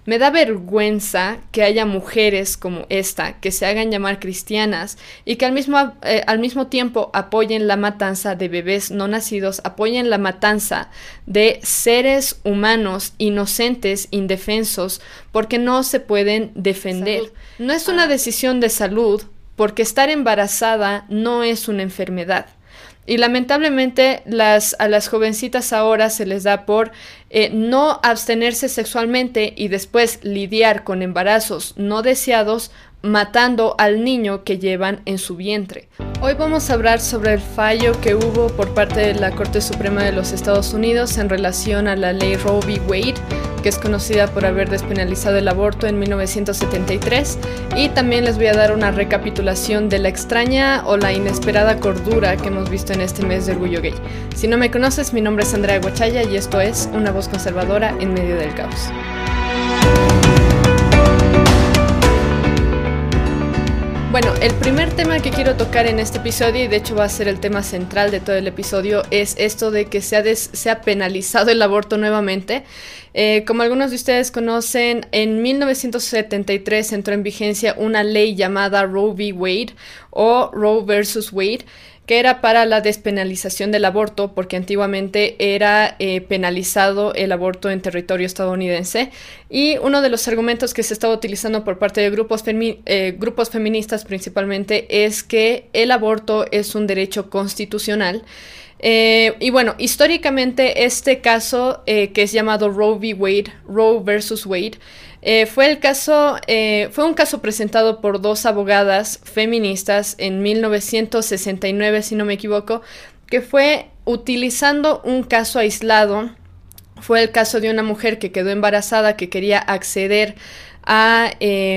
Me da vergüenza que haya mujeres como esta que se hagan llamar cristianas y que al mismo tiempo apoyen la matanza de bebés no nacidos, apoyen la matanza de seres humanos inocentes, indefensos, porque no se pueden defender. Salud. No es una decisión de salud, porque estar embarazada no es una enfermedad. Y lamentablemente a las jovencitas ahora se les da por no abstenerse sexualmente y después lidiar con embarazos no deseados, matando al niño que llevan en su vientre. Hoy vamos a hablar sobre el fallo que hubo por parte de la Corte Suprema de los Estados Unidos en relación a la ley Roe v. Wade, que es conocida por haber despenalizado el aborto en 1973, y también les voy a dar una recapitulación de la extraña o la inesperada cordura que hemos visto en este mes de orgullo gay. Si no me conoces, mi nombre es Andrea Guachaya y esto es Una Voz Conservadora en Medio del Caos. Bueno, el primer tema que quiero tocar en este episodio, y de hecho va a ser el tema central de todo el episodio, es esto de que se ha penalizado el aborto nuevamente. Como algunos de ustedes conocen, en 1973 entró en vigencia una ley llamada Roe v. Wade o Roe versus Wade, que era para la despenalización del aborto, porque antiguamente era penalizado el aborto en territorio estadounidense. Y uno de los argumentos que se estaba utilizando por parte de grupos feministas principalmente es que el aborto es un derecho constitucional. Y bueno, históricamente este caso que es llamado Roe v. Wade, Roe versus Wade, fue un caso presentado por dos abogadas feministas en 1969, si no me equivoco, que fue utilizando un caso aislado. Fue el caso de una mujer que quedó embarazada, que quería acceder a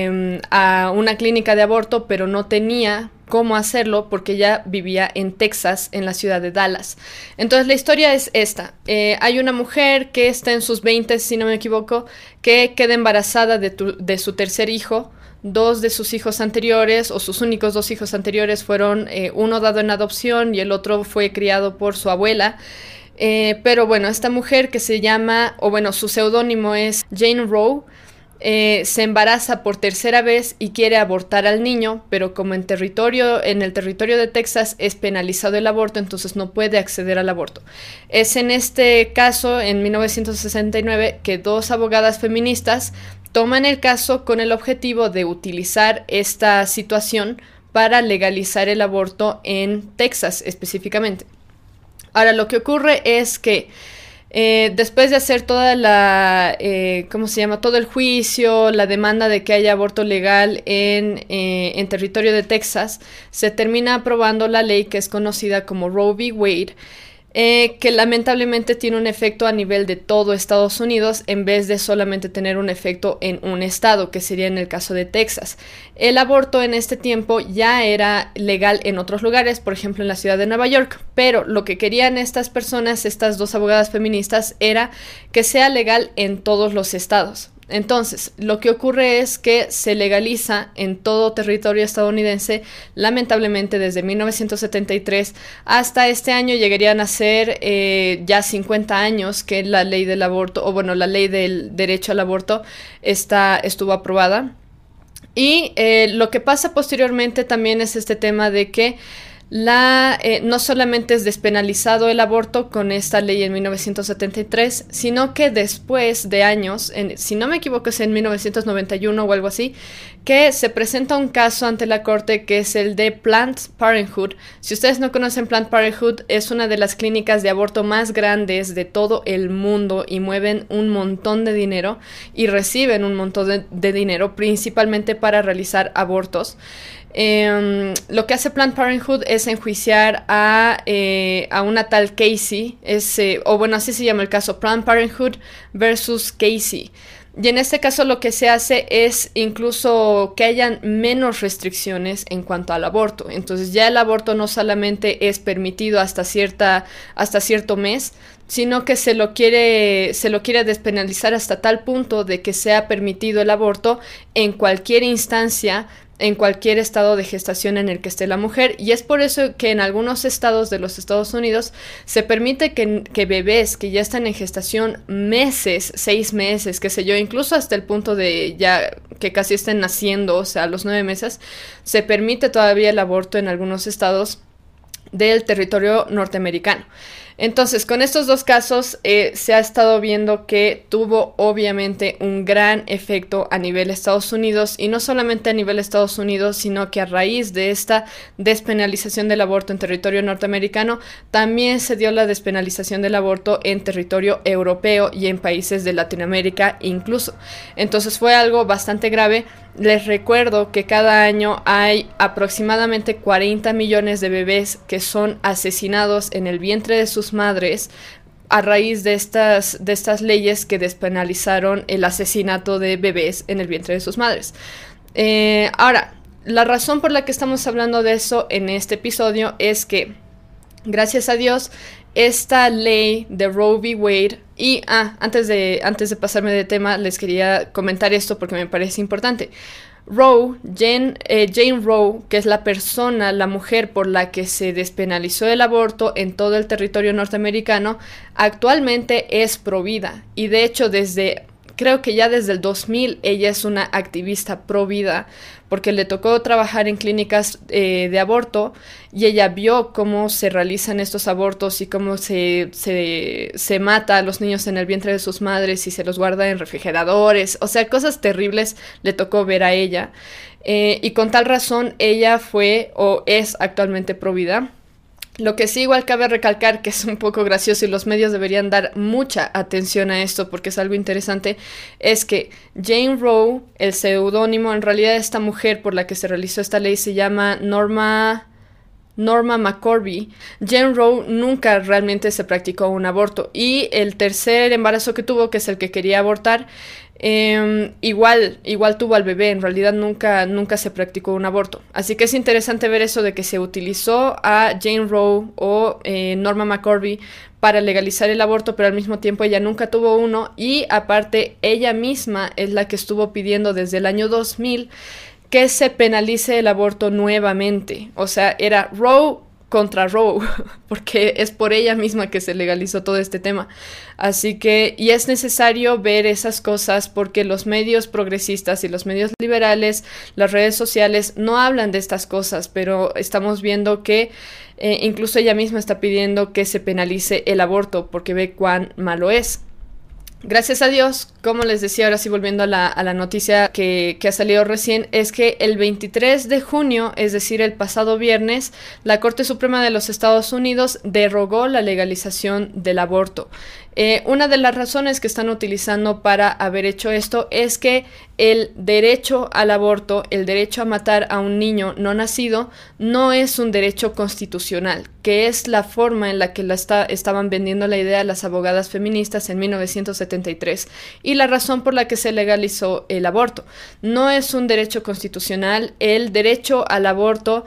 una clínica de aborto, pero no tenía cómo hacerlo porque ella vivía en Texas, en la ciudad de Dallas. Entonces la historia es esta. Hay una mujer que está en sus 20, si no me equivoco, que queda embarazada de su tercer hijo. Dos de sus hijos anteriores, o sus únicos dos hijos anteriores, fueron uno dado en adopción y el otro fue criado por su abuela. Pero bueno, esta mujer que se llama, o bueno, su seudónimo es Jane Roe, se embaraza por tercera vez y quiere abortar al niño, pero como en el territorio de Texas es penalizado el aborto, entonces no puede acceder al aborto. Es en este caso, en 1969, que dos abogadas feministas toman el caso con el objetivo de utilizar esta situación para legalizar el aborto en Texas específicamente. Ahora, lo que ocurre es que después de hacer toda todo el juicio, la demanda de que haya aborto legal en territorio de Texas, se termina aprobando la ley que es conocida como Roe v. Wade, que lamentablemente tiene un efecto a nivel de todo Estados Unidos en vez de solamente tener un efecto en un estado, que sería en el caso de Texas. El aborto en este tiempo ya era legal en otros lugares, por ejemplo en la ciudad de Nueva York, pero lo que querían estas personas, estas dos abogadas feministas, era que sea legal en todos los estados. Entonces, lo que ocurre es que se legaliza en todo territorio estadounidense, lamentablemente desde 1973 hasta este año llegarían a ser ya 50 años que la ley del aborto, o bueno, la ley del derecho al aborto estuvo aprobada. Y lo que pasa posteriormente también es este tema de que no solamente es despenalizado el aborto con esta ley en 1973, sino que después de años, si no me equivoco es en 1991 o algo así, que se presenta un caso ante la corte que es el de Planned Parenthood. Si ustedes no conocen Planned Parenthood, es una de las clínicas de aborto más grandes de todo el mundo y mueven un montón de dinero y reciben un montón de dinero principalmente para realizar abortos. Lo que hace Planned Parenthood es enjuiciar a una tal Casey, o bueno, así se llama el caso, Planned Parenthood versus Casey. Y en este caso lo que se hace es incluso que hayan menos restricciones en cuanto al aborto. Entonces ya el aborto no solamente es permitido hasta cierto mes, sino que se lo quiere despenalizar hasta tal punto de que sea permitido el aborto en cualquier instancia en cualquier estado de gestación en el que esté la mujer, y es por eso que en algunos estados de los Estados Unidos se permite que bebés que ya están en gestación meses, 6 meses, qué sé yo, incluso hasta el punto de ya que casi estén naciendo, o sea, a los 9 meses, se permite todavía el aborto en algunos estados del territorio norteamericano. Entonces, con estos dos casos se ha estado viendo que tuvo obviamente un gran efecto a nivel Estados Unidos, y no solamente a nivel Estados Unidos, sino que a raíz de esta despenalización del aborto en territorio norteamericano, también se dio la despenalización del aborto en territorio europeo y en países de Latinoamérica incluso. Entonces fue algo bastante grave. Les recuerdo que cada año hay aproximadamente 40 millones de bebés que son asesinados en el vientre de sus madres a raíz de estas leyes que despenalizaron el asesinato de bebés en el vientre de sus madres. Ahora, la razón por la que estamos hablando de eso en este episodio es que, gracias a Dios, esta ley de Roe v. Wade, y antes de pasarme de tema, les quería comentar esto porque me parece importante. Jane Roe, que es la mujer por la que se despenalizó el aborto en todo el territorio norteamericano, actualmente es provida, y de hecho creo que ya desde el 2000 ella es una activista pro vida, porque le tocó trabajar en clínicas de aborto, y ella vio cómo se realizan estos abortos y cómo se mata a los niños en el vientre de sus madres y se los guarda en refrigeradores. O sea, cosas terribles le tocó ver a ella. Y con tal razón ella fue o es actualmente pro vida. Lo que sí igual cabe recalcar, que es un poco gracioso y los medios deberían dar mucha atención a esto porque es algo interesante, es que Jane Roe, el seudónimo, en realidad esta mujer por la que se realizó esta ley se llama Norma McCorvey. Jane Roe nunca realmente se practicó un aborto, y el tercer embarazo que tuvo, que es el que quería abortar, igual tuvo al bebé. En realidad nunca se practicó un aborto. Así que es interesante ver eso de que se utilizó a Jane Roe o Norma McCorvey para legalizar el aborto, pero al mismo tiempo ella nunca tuvo uno, y aparte ella misma es la que estuvo pidiendo desde el año 2000 que se penalice el aborto nuevamente. O sea, era Roe contra Roe, porque es por ella misma que se legalizó todo este tema. Así que, y es necesario ver esas cosas porque los medios progresistas y los medios liberales, las redes sociales, no hablan de estas cosas, pero estamos viendo que incluso ella misma está pidiendo que se penalice el aborto porque ve cuán malo es. Gracias a Dios, como les decía, ahora sí volviendo a la noticia que ha salido recién, es que el 23 de junio, es decir, el pasado viernes, la Corte Suprema de los Estados Unidos derogó la legalización del aborto. Una de las razones que están utilizando para haber hecho esto es que el derecho al aborto, el derecho a matar a un niño no nacido, no es un derecho constitucional, que es la forma en la que estaban vendiendo la idea las abogadas feministas en 1973, y la razón por la que se legalizó el aborto. No es un derecho constitucional. El derecho al aborto,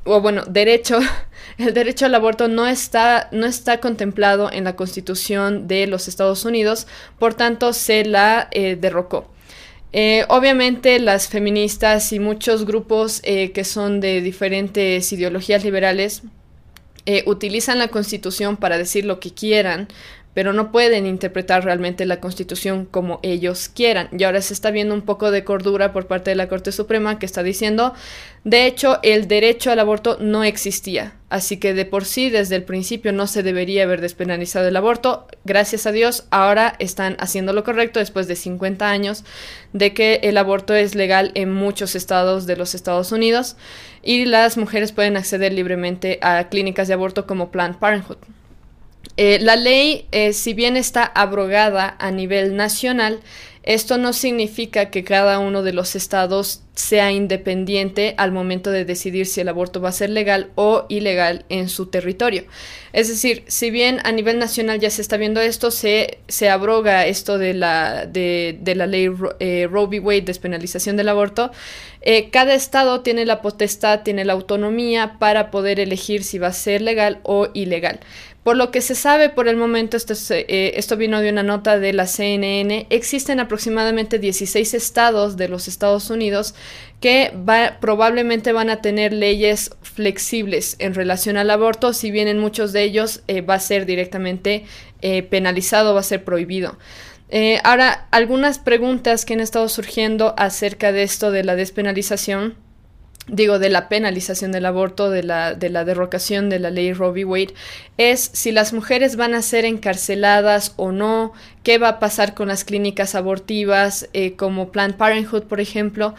el derecho al aborto no está contemplado en la Constitución de los Estados Unidos, por tanto se la derrocó. Obviamente las feministas y muchos grupos que son de diferentes ideologías liberales utilizan la Constitución para decir lo que quieran, pero no pueden interpretar realmente la Constitución como ellos quieran. Y ahora se está viendo un poco de cordura por parte de la Corte Suprema, que está diciendo, de hecho, el derecho al aborto no existía, así que de por sí, desde el principio, no se debería haber despenalizado el aborto. Gracias a Dios, ahora están haciendo lo correcto después de 50 años de que el aborto es legal en muchos estados de los Estados Unidos, y las mujeres pueden acceder libremente a clínicas de aborto como Planned Parenthood. La ley, si bien está abrogada a nivel nacional, esto no significa que cada uno de los estados sea independiente al momento de decidir si el aborto va a ser legal o ilegal en su territorio. Es decir, si bien a nivel nacional ya se está viendo esto, se abroga esto de la ley Roe v. Wade, despenalización del aborto, cada estado tiene la potestad, tiene la autonomía para poder elegir si va a ser legal o ilegal. Por lo que se sabe por el momento, esto vino de una nota de la CNN, existen aproximadamente 16 estados de los Estados Unidos que probablemente van a tener leyes flexibles en relación al aborto, si bien en muchos de ellos va a ser directamente penalizado, va a ser prohibido. Ahora, algunas preguntas que han estado surgiendo acerca de esto de la despenalización, de la penalización del aborto, de la derrocación de la ley Roe v. Wade, es si las mujeres van a ser encarceladas o no, qué va a pasar con las clínicas abortivas, como Planned Parenthood, por ejemplo.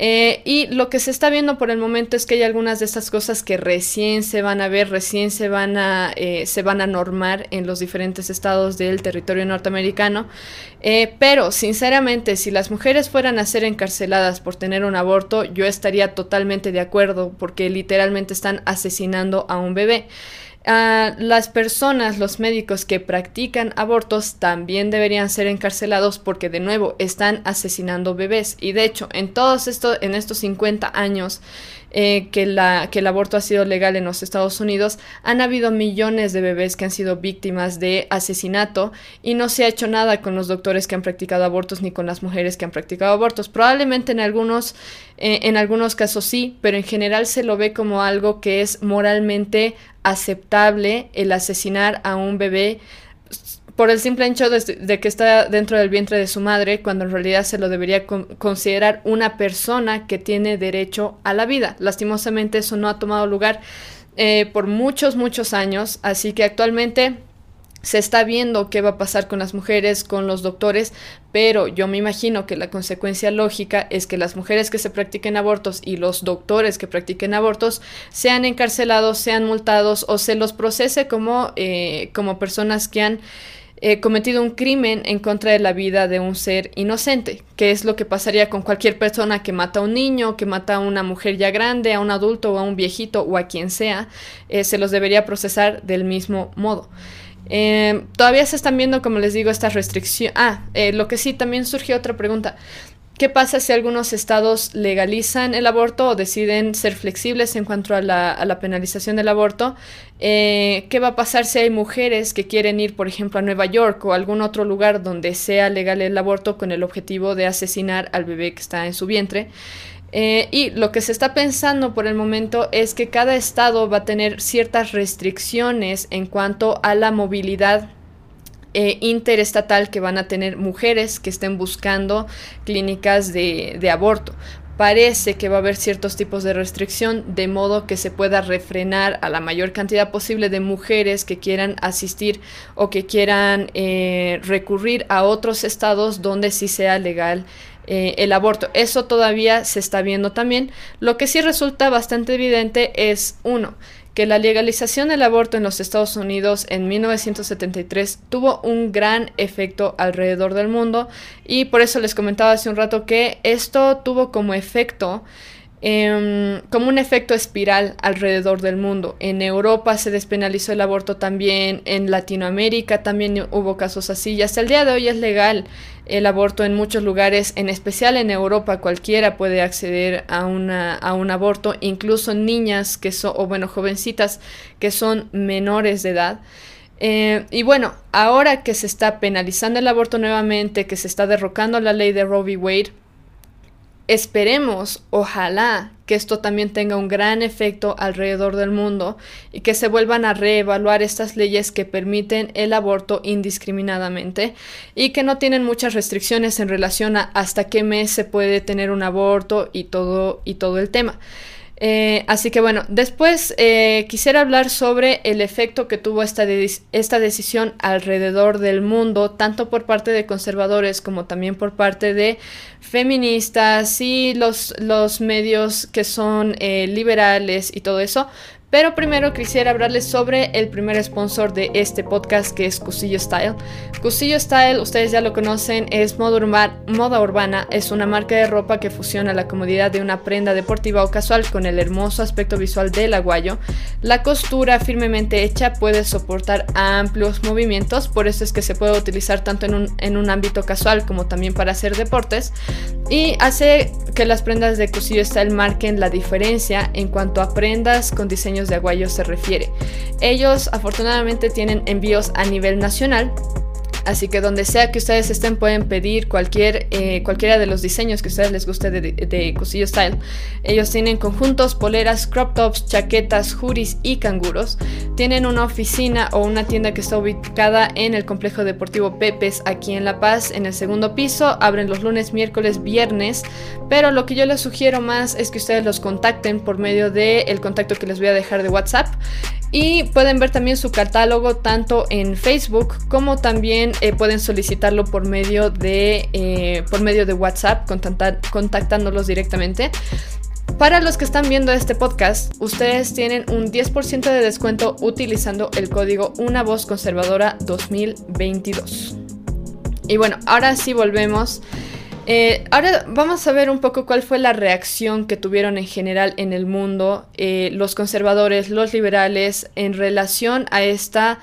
Y lo que se está viendo por el momento es que hay algunas de estas cosas que recién se van a ver, recién se van a normar en los diferentes estados del territorio norteamericano. Pero, sinceramente, si las mujeres fueran a ser encarceladas por tener un aborto, yo estaría totalmente de acuerdo, porque literalmente están asesinando a un bebé. Las personas, los médicos que practican abortos también deberían ser encarcelados porque, de nuevo, están asesinando bebés. Y de hecho, en estos 50 años que el aborto ha sido legal en los Estados Unidos, han habido millones de bebés que han sido víctimas de asesinato y no se ha hecho nada con los doctores que han practicado abortos ni con las mujeres que han practicado abortos. Probablemente en algunos casos sí, pero en general se lo ve como algo que es moralmente aceptable, el asesinar a un bebé por el simple hecho de que está dentro del vientre de su madre, cuando en realidad se lo debería considerar una persona que tiene derecho a la vida. Lastimosamente eso no ha tomado lugar por muchos años, así que actualmente se está viendo qué va a pasar con las mujeres, con los doctores, pero yo me imagino que la consecuencia lógica es que las mujeres que se practiquen abortos y los doctores que practiquen abortos sean encarcelados, sean multados o se los procese como personas que han cometido un crimen en contra de la vida de un ser inocente, que es lo que pasaría con cualquier persona que mata a un niño, que mata a una mujer ya grande, a un adulto o a un viejito o a quien sea, se los debería procesar del mismo modo. Todavía se están viendo, como les digo, estas restricciones. Lo que sí, también surgió otra pregunta. ¿Qué pasa si algunos estados legalizan el aborto o deciden ser flexibles en cuanto a la penalización del aborto? ¿Qué va a pasar si hay mujeres que quieren ir, por ejemplo, a Nueva York o a algún otro lugar donde sea legal el aborto con el objetivo de asesinar al bebé que está en su vientre? Y lo que se está pensando por el momento es que cada estado va a tener ciertas restricciones en cuanto a la movilidad interestatal que van a tener mujeres que estén buscando clínicas de aborto. Parece que va a haber ciertos tipos de restricción de modo que se pueda refrenar a la mayor cantidad posible de mujeres que quieran asistir o que quieran recurrir a otros estados donde sí sea legal el aborto. Eso todavía se está viendo también. Lo que sí resulta bastante evidente es, uno, que la legalización del aborto en los Estados Unidos en 1973 tuvo un gran efecto alrededor del mundo, y por eso les comentaba hace un rato que esto tuvo como efecto como un efecto espiral alrededor del mundo. En Europa se despenalizó el aborto también, en Latinoamérica también hubo casos así, y hasta el día de hoy es legal el aborto en muchos lugares, en especial en Europa. Cualquiera puede acceder a un aborto, incluso niñas jovencitas que son menores de edad. Y bueno, ahora que se está penalizando el aborto nuevamente, que se está derrocando la ley de Roe v. Wade, esperemos, ojalá, que esto también tenga un gran efecto alrededor del mundo y que se vuelvan a reevaluar estas leyes que permiten el aborto indiscriminadamente y que no tienen muchas restricciones en relación a hasta qué mes se puede tener un aborto y todo el tema. Así que bueno, después quisiera hablar sobre el efecto que tuvo esta decisión alrededor del mundo, tanto por parte de conservadores como también por parte de feministas y los medios que son liberales y todo eso. Pero primero quisiera hablarles sobre el primer sponsor de este podcast, que es Cusillo Style. Cusillo Style, ustedes ya lo conocen, es moda urbana. Es una marca de ropa que fusiona la comodidad de una prenda deportiva o casual con el hermoso aspecto visual del aguayo. La costura firmemente hecha puede soportar amplios movimientos, por eso es que se puede utilizar tanto en un ámbito casual como también para hacer deportes, y hace que las prendas de Cusillo Style marquen la diferencia en cuanto a prendas con diseño años de aguayo se refiere. Ellos afortunadamente tienen envíos a nivel nacional, así que donde sea que ustedes estén pueden pedir cualquiera de los diseños que a ustedes les guste de Cusillo Style. Ellos tienen conjuntos, poleras, crop tops, chaquetas, hoodies y canguros. Tienen una oficina o una tienda que está ubicada en el complejo deportivo Pepes aquí en La Paz, en el segundo piso. Abren los lunes, miércoles, viernes, pero lo que yo les sugiero más es que ustedes los contacten por medio del contacto que les voy a dejar de WhatsApp. Y pueden ver también su catálogo tanto en Facebook como también pueden solicitarlo por medio de WhatsApp, contactándolos directamente. Para los que están viendo este podcast, ustedes tienen un 10% de descuento utilizando el código Una Voz Conservadora 2022. Y bueno, ahora sí volvemos. Ahora vamos a ver un poco cuál fue la reacción que tuvieron en general en el mundo los conservadores, los liberales, en relación a esta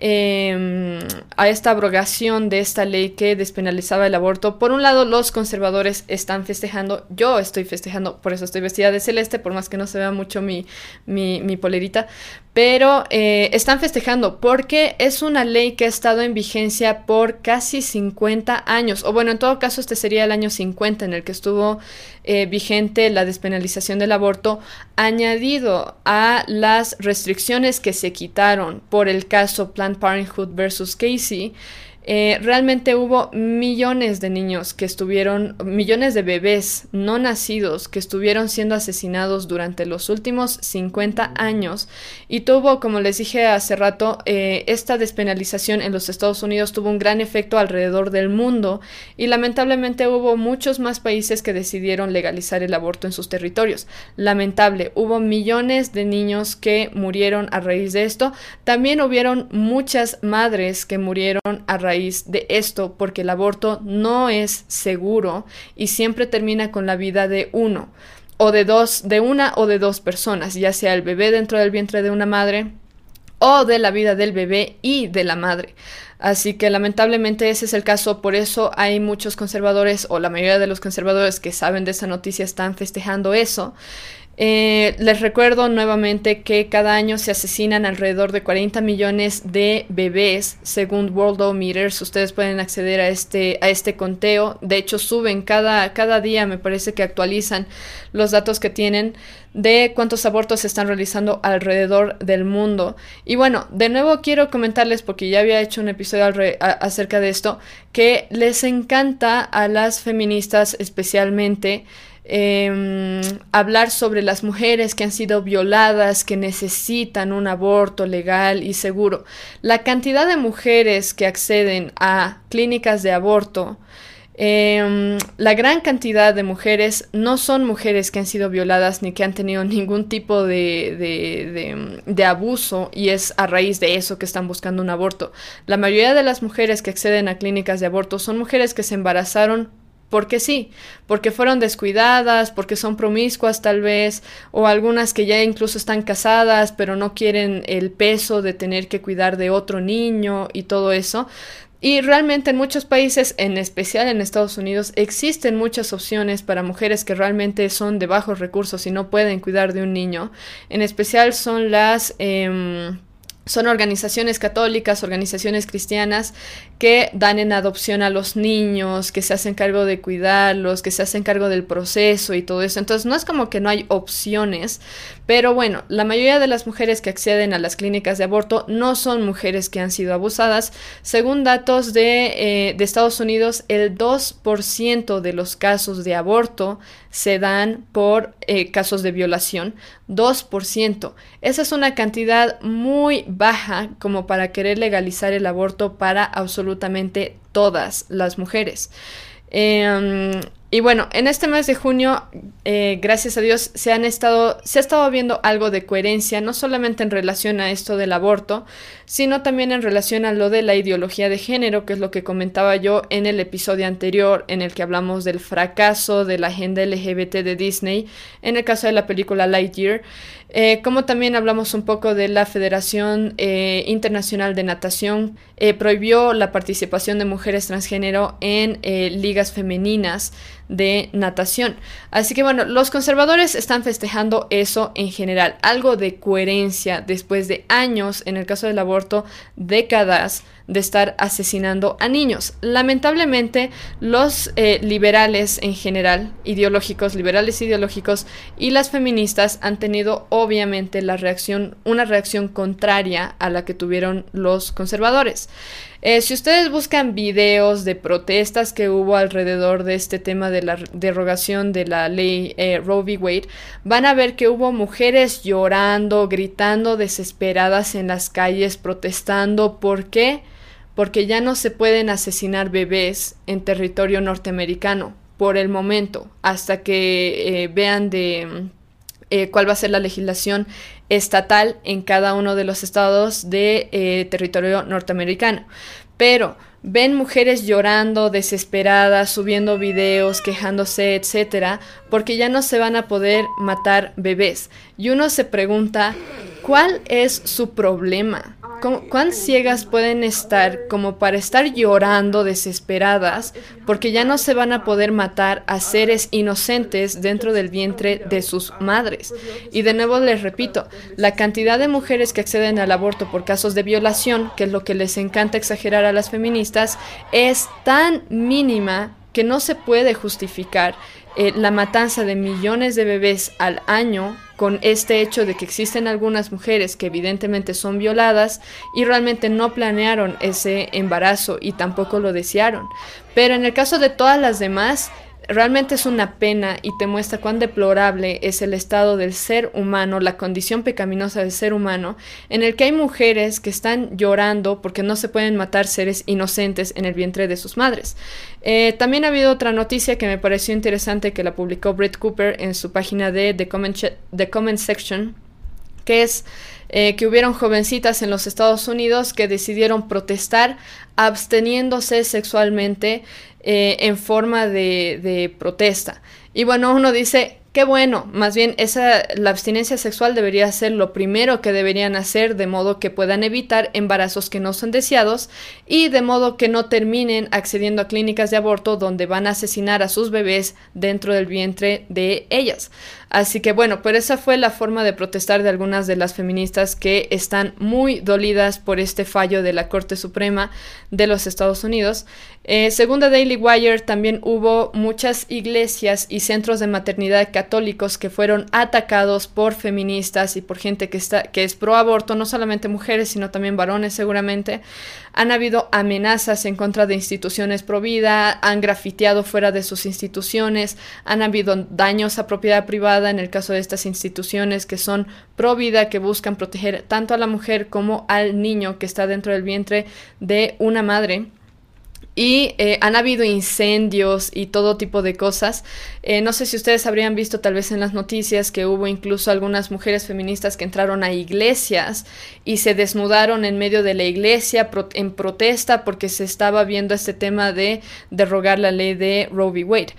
abrogación de esta ley que despenalizaba el aborto. Por un lado, los conservadores están festejando, yo estoy festejando, por eso estoy vestida de celeste, por más que no se vea mucho mi polerita, pero están festejando porque es una ley que ha estado en vigencia por casi 50 años, o bueno, en todo caso este sería el año 50 en el que estuvo vigente la despenalización del aborto, añadido a las restricciones que se quitaron por el caso Planned Parenthood versus Casey. Realmente hubo millones de niños millones de bebés no nacidos que estuvieron siendo asesinados durante los últimos 50 años y tuvo, como les dije hace rato, esta despenalización en los Estados Unidos tuvo un gran efecto alrededor del mundo y lamentablemente hubo muchos más países que decidieron legalizar el aborto en sus territorios. Lamentable, hubo millones de niños que murieron a raíz de esto. También hubieron muchas madres que murieron a raíz de esto porque el aborto no es seguro y siempre termina con la vida de uno o de una o de dos personas, ya sea el bebé dentro del vientre de una madre o de la vida del bebé y de la madre. Así que lamentablemente ese es el caso, por eso hay muchos conservadores o la mayoría de los conservadores que saben de esta noticia están festejando eso. Les recuerdo nuevamente que cada año se asesinan alrededor de 40 millones de bebés según Worldometers. Ustedes pueden acceder a este conteo. De hecho suben cada día, me parece que actualizan los datos que tienen de cuántos abortos se están realizando alrededor del mundo. Y bueno, de nuevo quiero comentarles, porque ya había hecho un episodio acerca de esto, que les encanta a las feministas especialmente hablar sobre las mujeres que han sido violadas, que necesitan un aborto legal y seguro. La cantidad de mujeres que acceden a clínicas de aborto, la gran cantidad de mujeres no son mujeres que han sido violadas ni que han tenido ningún tipo de abuso y es a raíz de eso que están buscando un aborto. La mayoría de las mujeres que acceden a clínicas de aborto son mujeres que se embarazaron porque sí, porque fueron descuidadas, porque son promiscuas tal vez, o algunas que ya incluso están casadas, pero no quieren el peso de tener que cuidar de otro niño y todo eso. Y realmente en muchos países, en especial en Estados Unidos, existen muchas opciones para mujeres que realmente son de bajos recursos y no pueden cuidar de un niño. En especial son organizaciones católicas, organizaciones cristianas que dan en adopción a los niños, que se hacen cargo de cuidarlos, que se hacen cargo del proceso y todo eso. Entonces no es como que no hay opciones, pero bueno, la mayoría de las mujeres que acceden a las clínicas de aborto no son mujeres que han sido abusadas. Según datos de Estados Unidos, el 2% de los casos de aborto se dan por casos de violación. 2%. Esa es una cantidad muy baja como para querer legalizar el aborto para absolutamente todas las mujeres. Y bueno, en este mes de junio, gracias a Dios, se ha estado viendo algo de coherencia, no solamente en relación a esto del aborto, sino también en relación a lo de la ideología de género, que es lo que comentaba yo en el episodio anterior, en el que hablamos del fracaso de la agenda LGBT de Disney, en el caso de la película Lightyear, como también hablamos un poco de la Federación Internacional de Natación, prohibió la participación de mujeres transgénero en ligas femeninas de natación. Así que bueno, los conservadores están festejando eso en general, algo de coherencia después de años, en el caso del aborto, décadas de estar asesinando a niños. Lamentablemente, los liberales en general, liberales ideológicos y las feministas han tenido obviamente una reacción contraria a la que tuvieron los conservadores. Si ustedes buscan videos de protestas que hubo alrededor de este tema de la derogación de la ley Roe v. Wade, van a ver que hubo mujeres llorando, gritando desesperadas en las calles, protestando. ¿Por qué? Porque ya no se pueden asesinar bebés en territorio norteamericano por el momento, hasta que vean cuál va a ser la legislación estatal en cada uno de los estados de territorio norteamericano. Pero ven mujeres llorando, desesperadas, subiendo videos, quejándose, etcétera, porque ya no se van a poder matar bebés. Y uno se pregunta, ¿cuál es su problema? ¿Cuán ciegas pueden estar como para estar llorando desesperadas porque ya no se van a poder matar a seres inocentes dentro del vientre de sus madres? Y de nuevo les repito, la cantidad de mujeres que acceden al aborto por casos de violación, que es lo que les encanta exagerar a las feministas, es tan mínima que no se puede justificar la matanza de millones de bebés al año con este hecho de que existen algunas mujeres que evidentemente son violadas y realmente no planearon ese embarazo y tampoco lo desearon. Pero en el caso de todas las demás, realmente es una pena y te muestra cuán deplorable es el estado del ser humano, la condición pecaminosa del ser humano, en el que hay mujeres que están llorando porque no se pueden matar seres inocentes en el vientre de sus madres. También ha habido otra noticia que me pareció interesante que la publicó Brett Cooper en su página de The Comment Section, que es que hubieron jovencitas en los Estados Unidos que decidieron protestar absteniéndose sexualmente en forma de protesta. Y bueno, uno dice, qué bueno, más bien la abstinencia sexual debería ser lo primero que deberían hacer, de modo que puedan evitar embarazos que no son deseados y de modo que no terminen accediendo a clínicas de aborto donde van a asesinar a sus bebés dentro del vientre de ellas. Así que bueno, pues esa fue la forma de protestar de algunas de las feministas que están muy dolidas por este fallo de la Corte Suprema de los Estados Unidos. Según The Daily Wire, también hubo muchas iglesias y centros de maternidad católicos que fueron atacados por feministas y por gente que es pro aborto, no solamente mujeres, sino también varones seguramente. Han habido amenazas en contra de instituciones pro vida, han grafiteado fuera de sus instituciones, han habido daños a propiedad privada en el caso de estas instituciones que son pro vida, que buscan proteger tanto a la mujer como al niño que está dentro del vientre de una madre. Y han habido incendios y todo tipo de cosas. No sé si ustedes habrían visto tal vez en las noticias que hubo incluso algunas mujeres feministas que entraron a iglesias y se desnudaron en medio de la iglesia en protesta porque se estaba viendo este tema de derogar la ley de Roe v. Wade.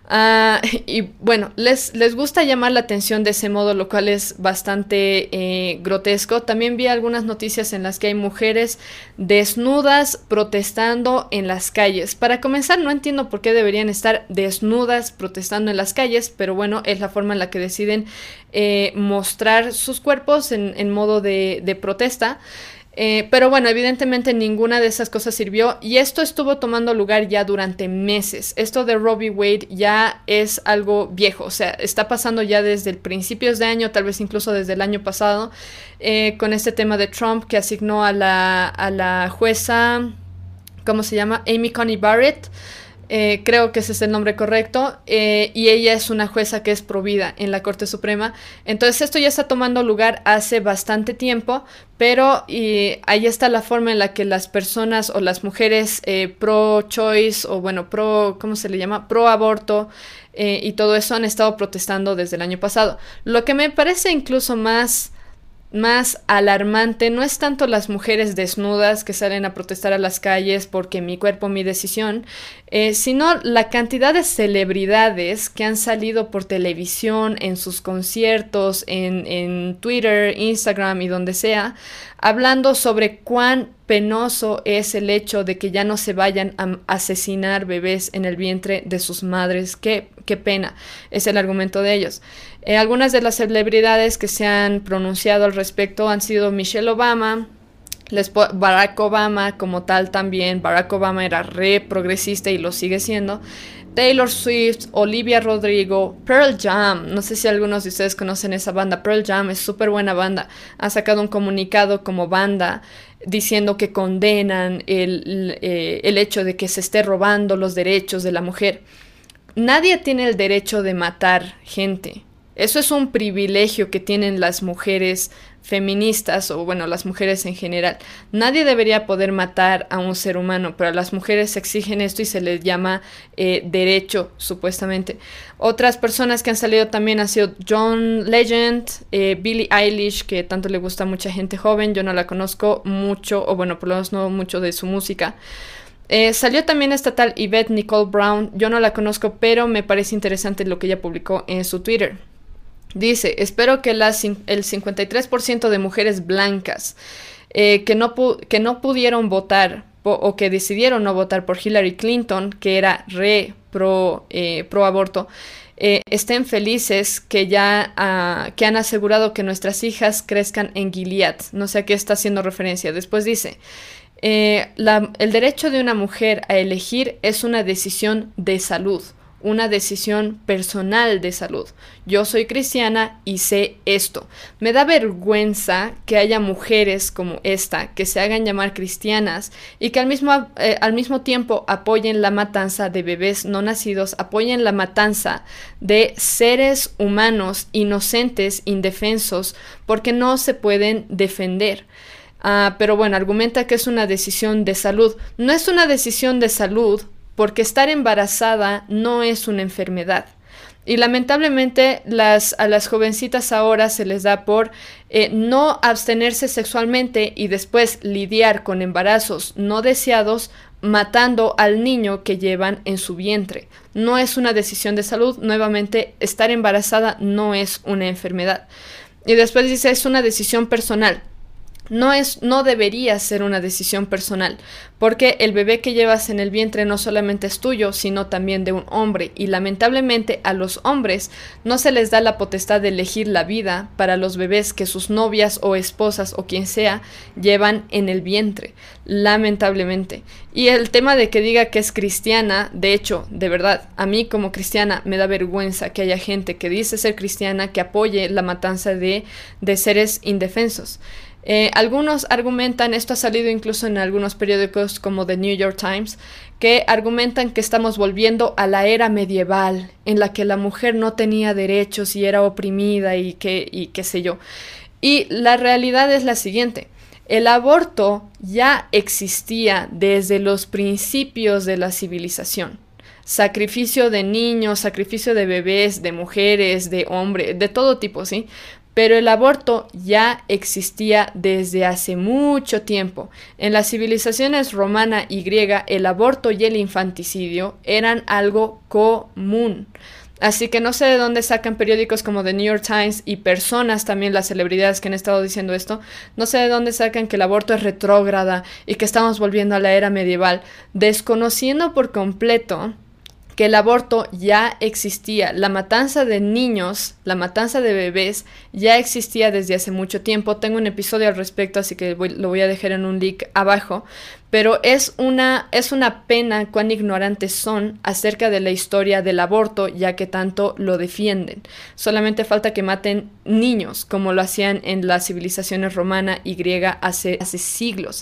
Y bueno, les gusta llamar la atención de ese modo, lo cual es bastante grotesco. También vi algunas noticias en las que hay mujeres desnudas protestando en las calles. Para comenzar, no entiendo por qué deberían estar desnudas protestando en las calles, pero bueno, es la forma en la que deciden mostrar sus cuerpos en modo de protesta. Pero bueno, evidentemente ninguna de esas cosas sirvió y esto estuvo tomando lugar ya durante meses. Esto de Roe v. Wade ya es algo viejo, o sea, está pasando ya desde el principios de año, tal vez incluso desde el año pasado, con este tema de Trump que asignó a la jueza, ¿cómo se llama? Amy Coney Barrett. Creo que ese es el nombre correcto, y ella es una jueza que es provida en la Corte Suprema. Entonces esto ya está tomando lugar hace bastante tiempo, pero ahí está la forma en la que las personas o las mujeres pro-choice o bueno, ¿cómo se le llama? Pro-aborto y todo eso han estado protestando desde el año pasado. Lo que me parece incluso más alarmante no es tanto las mujeres desnudas que salen a protestar a las calles porque mi cuerpo, mi decisión, sino la cantidad de celebridades que han salido por televisión, en sus conciertos, en Twitter, Instagram y donde sea, hablando sobre cuán penoso es el hecho de que ya no se vayan a asesinar bebés en el vientre de sus madres. Qué pena, es el argumento de ellos. Algunas de las celebridades que se han pronunciado al respecto han sido Michelle Obama, Barack Obama como tal también. Barack Obama era re progresista y lo sigue siendo. Taylor Swift, Olivia Rodrigo, Pearl Jam. No sé si algunos de ustedes conocen esa banda. Pearl Jam es súper buena banda. Ha sacado un comunicado como banda diciendo que condenan el hecho de que se esté robando los derechos de la mujer. Nadie tiene el derecho de matar gente. Eso es un privilegio que tienen las mujeres feministas, o bueno, las mujeres en general. Nadie debería poder matar a un ser humano, pero las mujeres exigen esto y se les llama derecho, supuestamente. Otras personas que han salido también han sido John Legend, Billie Eilish, que tanto le gusta a mucha gente joven. Yo no la conozco mucho, o bueno, por lo menos no mucho de su música. Salió también esta tal Yvette Nicole Brown. Yo no la conozco, pero me parece interesante lo que ella publicó en su Twitter. Dice: espero que el 53% de mujeres blancas que no pudieron votar o que decidieron no votar por Hillary Clinton, que era pro aborto, estén felices que que han asegurado que nuestras hijas crezcan en Gilead. No sé a qué está haciendo referencia. Después dice: el derecho de una mujer a elegir es una decisión de salud. Una decisión personal de salud. Yo soy cristiana y sé esto. Me da vergüenza que haya mujeres como esta que se hagan llamar cristianas y que al mismo tiempo apoyen la matanza de bebés no nacidos, apoyen la matanza de seres humanos inocentes, indefensos, porque no se pueden defender. Pero bueno, argumenta que es una decisión de salud. No es una decisión de salud, porque estar embarazada no es una enfermedad. Y lamentablemente a las jovencitas ahora se les da por no abstenerse sexualmente y después lidiar con embarazos no deseados, matando al niño que llevan en su vientre. No es una decisión de salud. Nuevamente, estar embarazada no es una enfermedad. Y después dice: es una decisión personal. No debería ser una decisión personal, porque el bebé que llevas en el vientre no solamente es tuyo, sino también de un hombre, y lamentablemente a los hombres no se les da la potestad de elegir la vida para los bebés que sus novias o esposas o quien sea llevan en el vientre, lamentablemente. Y el tema de que diga que es cristiana, de hecho, de verdad, a mí como cristiana me da vergüenza que haya gente que dice ser cristiana que apoye la matanza de seres indefensos. Algunos argumentan, esto ha salido incluso en algunos periódicos como The New York Times, que argumentan que estamos volviendo a la era medieval, en la que la mujer no tenía derechos y era oprimida y qué sé yo. Y la realidad es la siguiente: el aborto ya existía desde los principios de la civilización. Sacrificio de niños, sacrificio de bebés, de mujeres, de hombres, de todo tipo, ¿sí? Pero el aborto ya existía desde hace mucho tiempo. En las civilizaciones romana y griega, el aborto y el infanticidio eran algo común. Así que no sé de dónde sacan periódicos como The New York Times y personas también, las celebridades que han estado diciendo esto, no sé de dónde sacan que el aborto es retrógrada y que estamos volviendo a la era medieval, desconociendo por completo que el aborto ya existía. La matanza de niños, la matanza de bebés ya existía desde hace mucho tiempo. Tengo un episodio al respecto, así que lo voy a dejar en un link abajo. Pero es una pena cuán ignorantes son acerca de la historia del aborto, ya que tanto lo defienden. Solamente falta que maten niños, como lo hacían en las civilizaciones romana y griega hace siglos.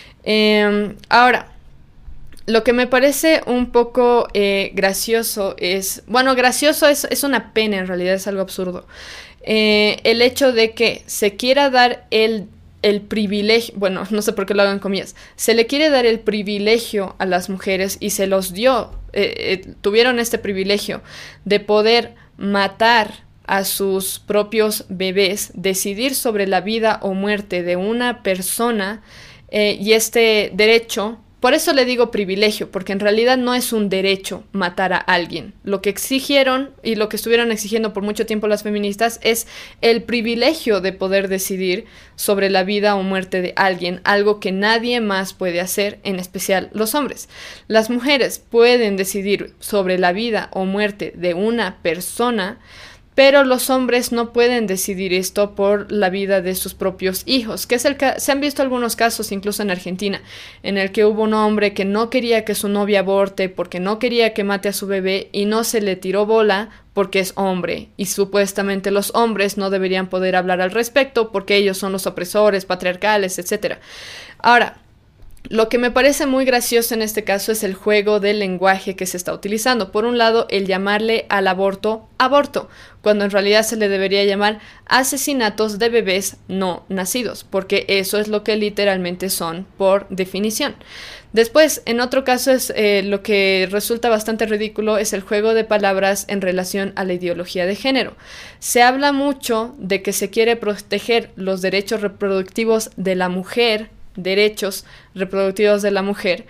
Ahora, lo que me parece un poco gracioso es... Bueno, gracioso es una pena, en realidad es algo absurdo. El hecho de que se quiera dar el privilegio... Bueno, no sé por qué lo hagan comillas. Se le quiere dar el privilegio a las mujeres y se los dio. Tuvieron este privilegio de poder matar a sus propios bebés, decidir sobre la vida o muerte de una persona, y este derecho Por eso le digo privilegio, porque en realidad no es un derecho matar a alguien. Lo que exigieron y lo que estuvieron exigiendo por mucho tiempo las feministas es el privilegio de poder decidir sobre la vida o muerte de alguien, algo que nadie más puede hacer, en especial los hombres. Las mujeres pueden decidir sobre la vida o muerte de una persona, pero los hombres no pueden decidir esto por la vida de sus propios hijos, que es se han visto algunos casos, incluso en Argentina, en el que hubo un hombre que no quería que su novia aborte porque no quería que mate a su bebé y no se le tiró bola porque es hombre, y supuestamente los hombres no deberían poder hablar al respecto porque ellos son los opresores, patriarcales, etc. Ahora, lo que me parece muy gracioso en este caso es el juego del lenguaje que se está utilizando. Por un lado, el llamarle al aborto aborto, cuando en realidad se le debería llamar asesinatos de bebés no nacidos, porque eso es lo que literalmente son por definición. Después, en otro caso, lo que resulta bastante ridículo es el juego de palabras en relación a la ideología de género. Se habla mucho de que se quiere proteger los derechos reproductivos de la mujer, derechos reproductivos de la mujer,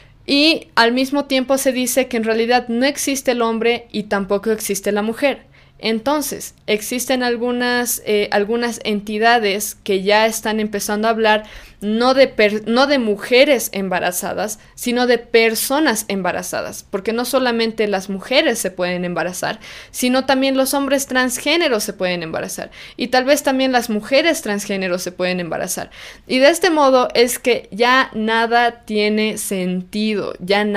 y al mismo tiempo se dice que en realidad no existe el hombre y tampoco existe la mujer. Entonces, existen algunas entidades que ya están empezando a hablar no de mujeres embarazadas, sino de personas embarazadas, porque no solamente las mujeres se pueden embarazar, sino también los hombres transgéneros se pueden embarazar, y tal vez también las mujeres transgéneros se pueden embarazar. Y de este modo es que ya nada tiene sentido,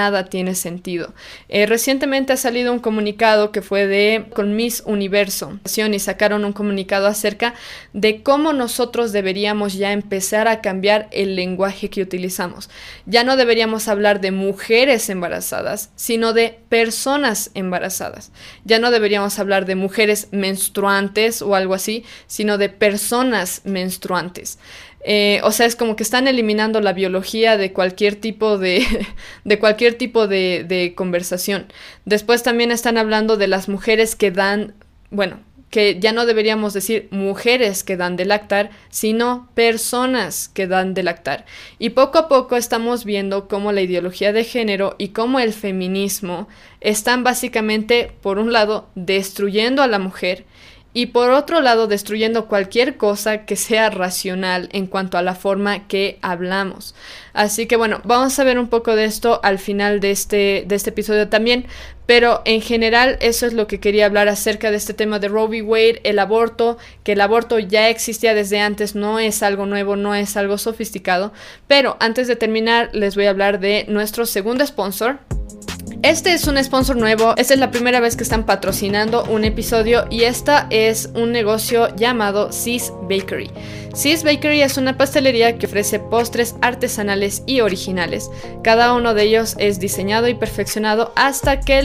Recientemente ha salido un comunicado que fue con Miss Universo, y sacaron un comunicado acerca de cómo nosotros deberíamos ya empezar a cambiar el lenguaje que utilizamos. Ya no deberíamos hablar de mujeres embarazadas, sino de personas embarazadas. Ya no deberíamos hablar de mujeres menstruantes o algo así, sino de personas menstruantes. O sea, es como que están eliminando la biología de cualquier tipo de conversación. Después también están hablando de las mujeres que dan, que ya no deberíamos decir mujeres que dan de lactar, sino personas que dan de lactar. Y poco a poco estamos viendo cómo la ideología de género y cómo el feminismo están básicamente, por un lado, destruyendo a la mujer, y por otro lado destruyendo cualquier cosa que sea racional en cuanto a la forma que hablamos. Así que vamos a ver un poco de esto al final de este episodio también, pero en general eso es lo que quería hablar acerca de este tema de Roe v. Wade, el aborto, que el aborto ya existía desde antes, no es algo nuevo, no es algo sofisticado, pero antes de terminar les voy a hablar de nuestro segundo sponsor. Este es un sponsor nuevo, esta es la primera vez que están patrocinando un episodio y esta es un negocio llamado Sis Bakery. Sis Bakery es una pastelería que ofrece postres artesanales y originales. Cada uno de ellos es diseñado y perfeccionado hasta que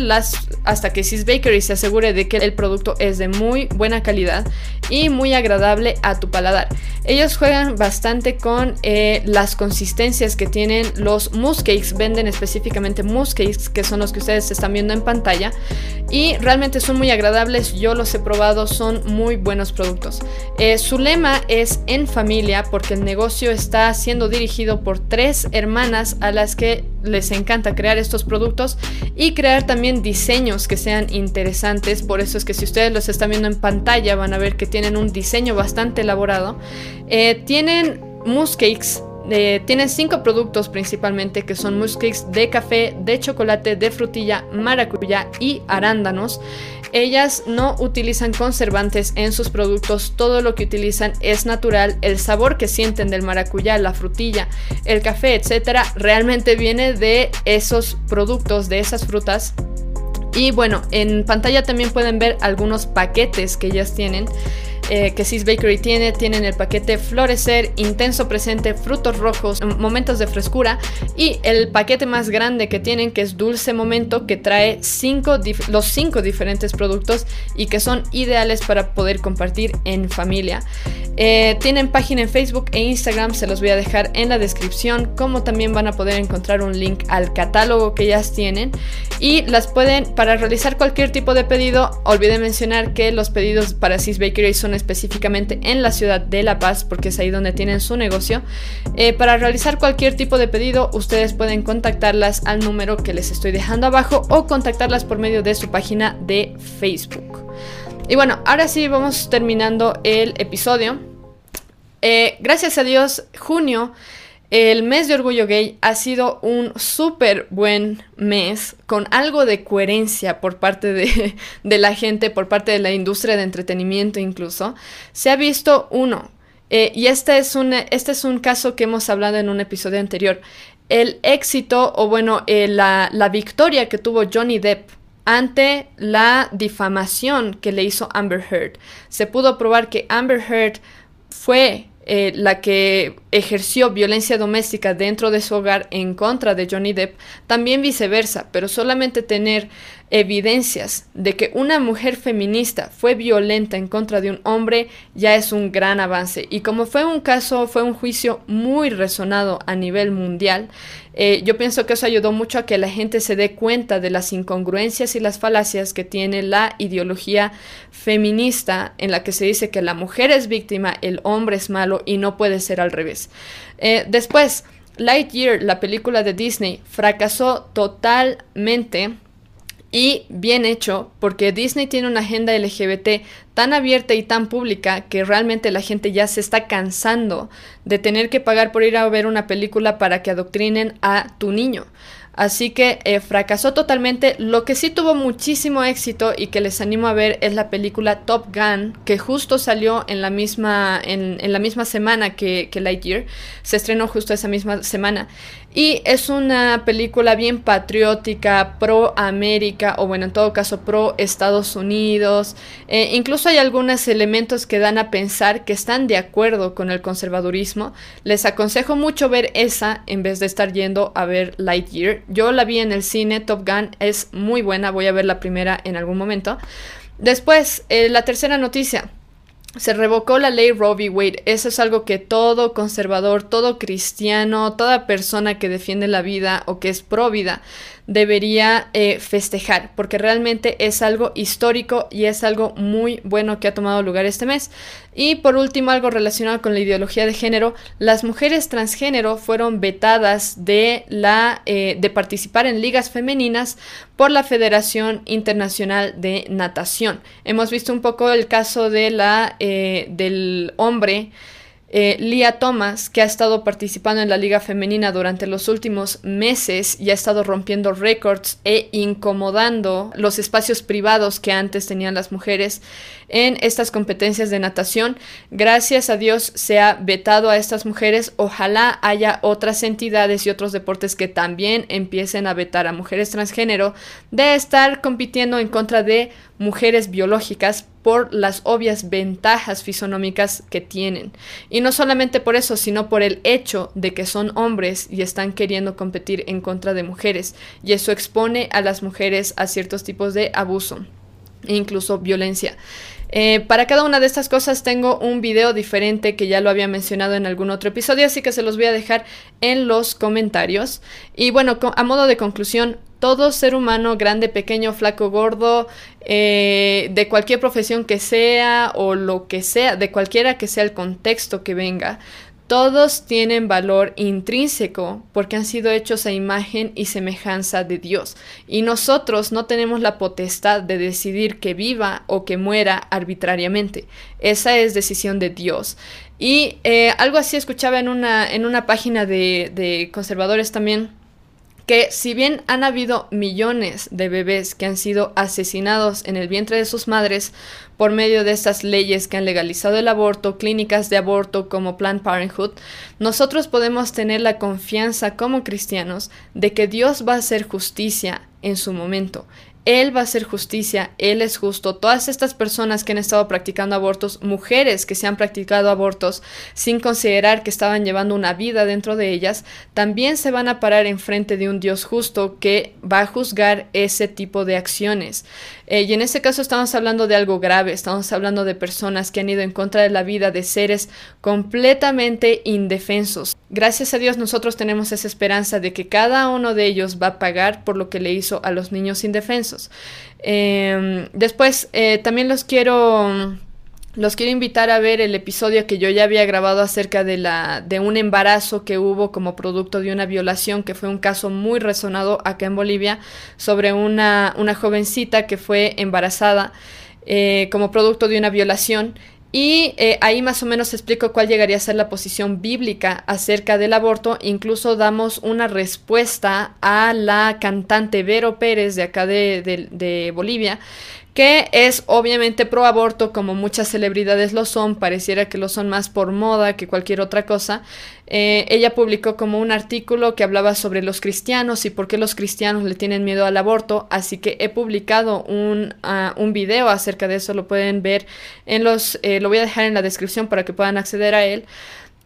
Sis Bakery se asegure de que el producto es de muy buena calidad y muy agradable a tu paladar. Ellos juegan bastante con las consistencias que tienen los mousse cakes, venden específicamente mousse cakes, que son los que ustedes están viendo en pantalla, y realmente son muy agradables, yo los he probado, son muy buenos productos. Su lema es en familia, porque el negocio está siendo dirigido por 3 hermanas a las que les encanta crear estos productos y crear también diseños que sean interesantes. Por eso es que si ustedes los están viendo en pantalla van a ver que tienen un diseño bastante elaborado. Tienen mousse cakes. Tienen 5 productos principalmente, que son mousse cakes de café, de chocolate, de frutilla, maracuyá y arándanos. Ellas no utilizan conservantes en sus productos, todo lo que utilizan es natural. El sabor que sienten del maracuyá, la frutilla, el café, etcétera, realmente viene de esos productos, de esas frutas. Y en pantalla también pueden ver algunos paquetes que ellas tienen, que Sis Bakery tienen el paquete Florecer, Intenso Presente, Frutos Rojos, Momentos de Frescura, y el paquete más grande que tienen, que es Dulce Momento, que trae los 5 diferentes productos y que son ideales para poder compartir en familia. Tienen página en Facebook e Instagram, se los voy a dejar en la descripción, como también van a poder encontrar un link al catálogo que ellas tienen. Y las pueden, para realizar cualquier tipo de pedido, olvidé mencionar que los pedidos para Sis Bakery son específicamente en la ciudad de La Paz, porque es ahí donde tienen su negocio. Para realizar cualquier tipo de pedido, ustedes pueden contactarlas al número que les estoy dejando abajo o contactarlas por medio de su página de Facebook. Y bueno, ahora sí vamos terminando el episodio. Gracias a Dios, junio, el mes de orgullo gay, ha sido un súper buen mes, con algo de coherencia por parte de la gente, por parte de la industria de entretenimiento incluso. Se ha visto y este es un caso que hemos hablado en un episodio anterior, el éxito, o bueno, la victoria que tuvo Johnny Depp ante la difamación que le hizo Amber Heard. Se pudo probar que Amber Heard fue la que ejerció violencia doméstica dentro de su hogar en contra de Johnny Depp, también viceversa, pero solamente tener evidencias de que una mujer feminista fue violenta en contra de un hombre ya es un gran avance. Y como fue un juicio muy resonado a nivel mundial, yo pienso que eso ayudó mucho a que la gente se dé cuenta de las incongruencias y las falacias que tiene la ideología feminista, en la que se dice que la mujer es víctima, el hombre es malo y no puede ser al revés. Después, Lightyear, la película de Disney, fracasó totalmente. Y bien hecho, porque Disney tiene una agenda LGBT tan abierta y tan pública que realmente la gente ya se está cansando de tener que pagar por ir a ver una película para que adoctrinen a tu niño. Así que fracasó totalmente. Lo que sí tuvo muchísimo éxito y que les animo a ver es la película Top Gun, que justo salió en la misma semana que Lightyear. Se estrenó justo esa misma semana. Y es una película bien patriótica, pro América, o bueno, en todo caso pro Estados Unidos. Incluso hay algunos elementos que dan a pensar que están de acuerdo con el conservadurismo. Les aconsejo mucho ver esa en vez de estar yendo a ver Lightyear. Yo la vi en el cine. Top Gun es muy buena, voy a ver la primera en algún momento. Después, la tercera noticia. Se revocó la ley Roe v. Wade. Eso es algo que todo conservador, todo cristiano, toda persona que defiende la vida o que es pro vida debería festejar, porque realmente es algo histórico y es algo muy bueno que ha tomado lugar este mes. Y por último, algo relacionado con la ideología de género: las mujeres transgénero fueron vetadas de participar en ligas femeninas por la Federación Internacional de Natación. Hemos visto un poco el caso de del hombre Lia Thomas, que ha estado participando en la liga femenina durante los últimos meses y ha estado rompiendo récords e incomodando los espacios privados que antes tenían las mujeres en estas competencias de natación. Gracias a Dios se ha vetado a estas mujeres. Ojalá haya otras entidades y otros deportes que también empiecen a vetar a mujeres transgénero de estar compitiendo en contra de mujeres biológicas por las obvias ventajas fisonómicas que tienen. Y no solamente por eso, sino por el hecho de que son hombres y están queriendo competir en contra de mujeres. Y eso expone a las mujeres a ciertos tipos de abuso e incluso violencia. Para cada una de estas cosas tengo un video diferente que ya lo había mencionado en algún otro episodio, así que se los voy a dejar en los comentarios. Y bueno, a modo de conclusión, todo ser humano, grande, pequeño, flaco, gordo, de cualquier profesión que sea o lo que sea, de cualquiera que sea el contexto que venga, todos tienen valor intrínseco porque han sido hechos a imagen y semejanza de Dios. Y nosotros no tenemos la potestad de decidir que viva o que muera arbitrariamente. Esa es decisión de Dios. Y algo así escuchaba en una página de conservadores también, que si bien han habido millones de bebés que han sido asesinados en el vientre de sus madres por medio de estas leyes que han legalizado el aborto, clínicas de aborto como Planned Parenthood, nosotros podemos tener la confianza como cristianos de que Dios va a hacer justicia en su momento. Él va a hacer justicia, Él es justo. Todas estas personas que han estado practicando abortos, mujeres que se han practicado abortos sin considerar que estaban llevando una vida dentro de ellas, también se van a parar enfrente de un Dios justo que va a juzgar ese tipo de acciones. Y en este caso estamos hablando de algo grave, estamos hablando de personas que han ido en contra de la vida de seres completamente indefensos. Gracias a Dios nosotros tenemos esa esperanza de que cada uno de ellos va a pagar por lo que le hizo a los niños indefensos. Después también los quiero invitar a ver el episodio que yo ya había grabado acerca de un embarazo que hubo como producto de una violación, que fue un caso muy resonado acá en Bolivia, sobre una jovencita que fue embarazada como producto de una violación. Y ahí más o menos explico cuál llegaría a ser la posición bíblica acerca del aborto. Incluso damos una respuesta a la cantante Vero Pérez de acá de Bolivia, que es obviamente pro aborto, como muchas celebridades lo son. Pareciera que lo son más por moda que cualquier otra cosa. Ella publicó como un artículo que hablaba sobre los cristianos y por qué los cristianos le tienen miedo al aborto, así que he publicado un video acerca de eso. Lo pueden ver lo voy a dejar en la descripción para que puedan acceder a él.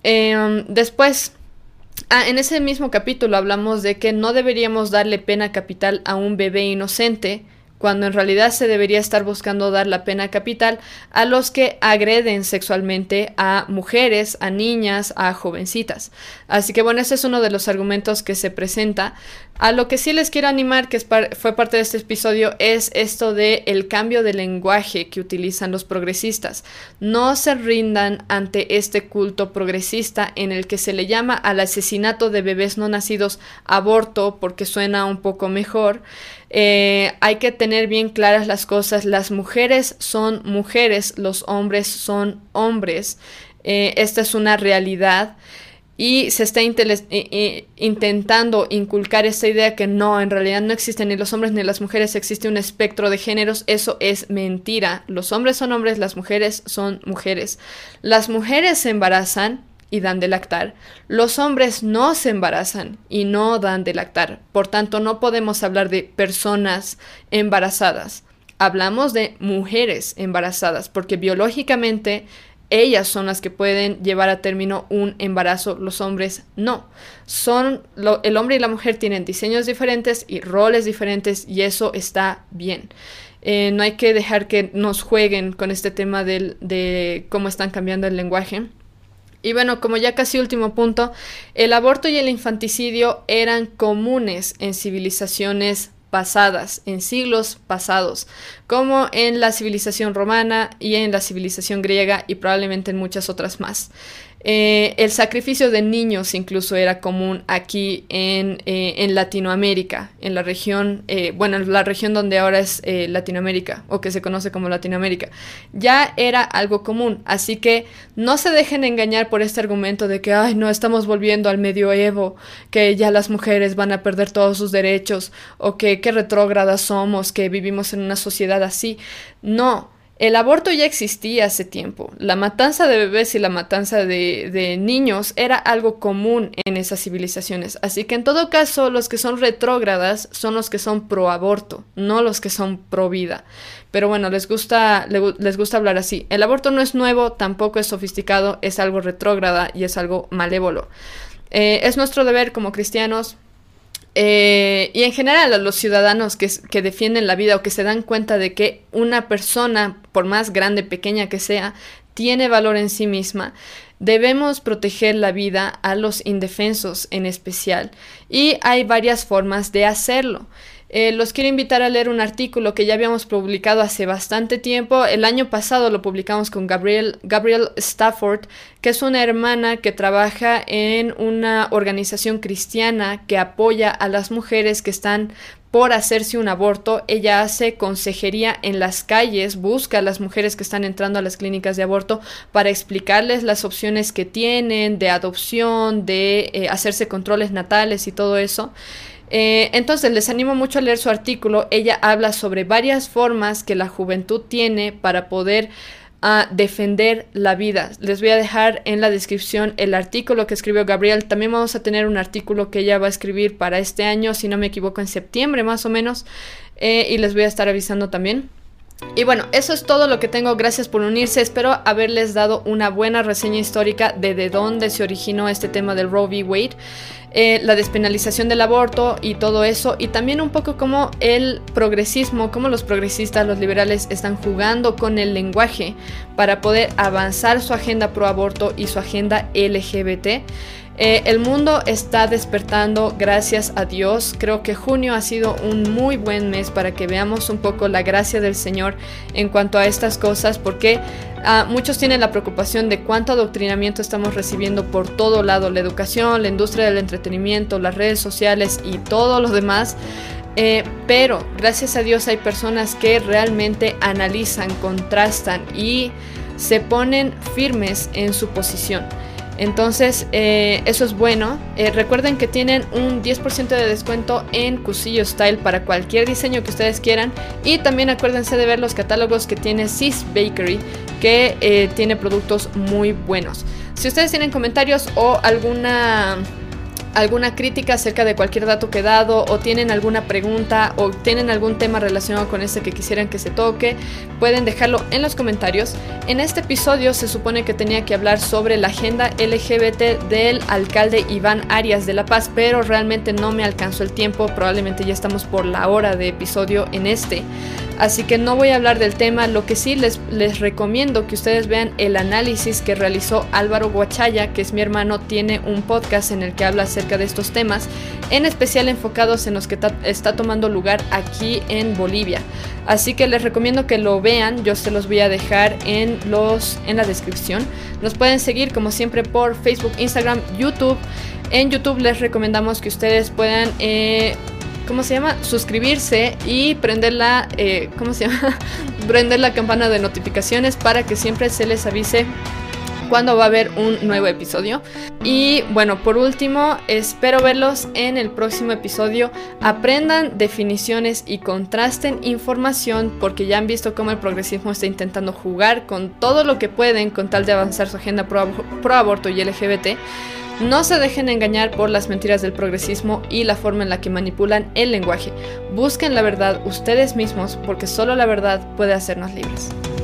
Después, en ese mismo capítulo hablamos de que no deberíamos darle pena capital a un bebé inocente, cuando en realidad se debería estar buscando dar la pena capital a los que agreden sexualmente a mujeres, a niñas, a jovencitas. Así que bueno, ese es uno de los argumentos que se presenta. A lo que sí les quiero animar, que fue parte de este episodio, es esto de el cambio de lenguaje que utilizan los progresistas. No se rindan ante este culto progresista en el que se le llama al asesinato de bebés no nacidos aborto porque suena un poco mejor. Hay que tener bien claras las cosas. Las mujeres son mujeres, los hombres son hombres. Esta es una realidad. Y se está intentando inculcar esta idea que no, en realidad no existen ni los hombres ni las mujeres, existe un espectro de géneros. Eso es mentira. Los hombres son hombres, las mujeres son mujeres. Las mujeres se embarazan y dan de lactar. Los hombres no se embarazan y no dan de lactar. Por tanto, no podemos hablar de personas embarazadas. Hablamos de mujeres embarazadas, porque biológicamente ellas son las que pueden llevar a término un embarazo, los hombres no. El hombre y la mujer tienen diseños diferentes y roles diferentes, y eso está bien. No hay que dejar que nos jueguen con este tema de cómo están cambiando el lenguaje. Y bueno, como ya casi último punto, el aborto y el infanticidio eran comunes en civilizaciones pasadas, en siglos pasados, como en la civilización romana y en la civilización griega y probablemente en muchas otras más. El sacrificio de niños incluso era común aquí en Latinoamérica, en la región, en la región donde ahora es Latinoamérica, o que se conoce como Latinoamérica. Ya era algo común, así que no se dejen engañar por este argumento de que, ay, no, estamos volviendo al medioevo, que ya las mujeres van a perder todos sus derechos, o que qué retrógradas somos, que vivimos en una sociedad así. No. El aborto ya existía hace tiempo. La matanza de bebés y la matanza de niños era algo común en esas civilizaciones. Así que en todo caso, los que son retrógradas son los que son pro aborto, no los que son pro vida. Pero bueno, les gusta hablar así. El aborto no es nuevo, tampoco es sofisticado, es algo retrógrada y es algo malévolo. Es nuestro deber como cristianos, y en general a los ciudadanos que defienden la vida o que se dan cuenta de que una persona, por más grande, pequeña que sea, tiene valor en sí misma. Debemos proteger la vida a los indefensos en especial, y hay varias formas de hacerlo. Los quiero invitar a leer un artículo que ya habíamos publicado hace bastante tiempo. El año pasado lo publicamos con Gabrielle Stafford, que es una hermana que trabaja en una organización cristiana que apoya a las mujeres que están por hacerse un aborto. Ella hace consejería en las calles, busca a las mujeres que están entrando a las clínicas de aborto para explicarles las opciones que tienen de adopción, de hacerse controles natales y todo eso. Entonces les animo mucho a leer su artículo. Ella habla sobre varias formas que la juventud tiene para poder defender la vida. Les voy a dejar en la descripción el artículo que escribió Gabriel. También vamos a tener un artículo que ella va a escribir para este año, si no me equivoco en septiembre más o menos, y les voy a estar avisando también. Y bueno, eso es todo lo que tengo. Gracias por unirse. Espero haberles dado una buena reseña histórica de dónde se originó este tema del Roe v. Wade, la despenalización del aborto y todo eso, y también un poco cómo el progresismo, cómo los progresistas, los liberales están jugando con el lenguaje para poder avanzar su agenda pro aborto y su agenda LGBT. El mundo está despertando, gracias a Dios. Creo que junio ha sido un muy buen mes para que veamos un poco la gracia del Señor en cuanto a estas cosas, porque muchos tienen la preocupación de cuánto adoctrinamiento estamos recibiendo por todo lado, la educación, la industria del entretenimiento, las redes sociales y todo lo demás. Pero gracias a Dios hay personas que realmente analizan, contrastan y se ponen firmes en su posición. Entonces, eso es bueno. Recuerden que tienen un 10% de descuento en Cusillo Style para cualquier diseño que ustedes quieran. Y también acuérdense de ver los catálogos que tiene Sis Bakery, que tiene productos muy buenos. Si ustedes tienen comentarios o alguna crítica acerca de cualquier dato que he dado, o tienen alguna pregunta, o tienen algún tema relacionado con este que quisieran que se toque, pueden dejarlo en los comentarios. En este episodio se supone que tenía que hablar sobre la agenda LGBT del alcalde Iván Arias de La Paz, pero realmente no me alcanzó el tiempo. Probablemente ya estamos por la hora de episodio en este, así que no voy a hablar del tema. Lo que sí les recomiendo que ustedes vean el análisis que realizó Álvaro Guachaya, que es mi hermano. Tiene un podcast en el que habla acerca de estos temas, en especial enfocados en los que está tomando lugar aquí en Bolivia. Así que les recomiendo que lo vean. Yo se los voy a dejar en la descripción. Nos pueden seguir como siempre por Facebook, Instagram, YouTube. En YouTube les recomendamos que ustedes puedan suscribirse y prender la prender la campana de notificaciones para que siempre se les avise cuando va a haber un nuevo episodio. Y bueno, por último, espero verlos en el próximo episodio. Aprendan definiciones y contrasten información, porque ya han visto cómo el progresismo está intentando jugar con todo lo que pueden con tal de avanzar su agenda pro aborto y LGBT. No se dejen engañar por las mentiras del progresismo y la forma en la que manipulan el lenguaje. Busquen la verdad ustedes mismos, porque solo la verdad puede hacernos libres.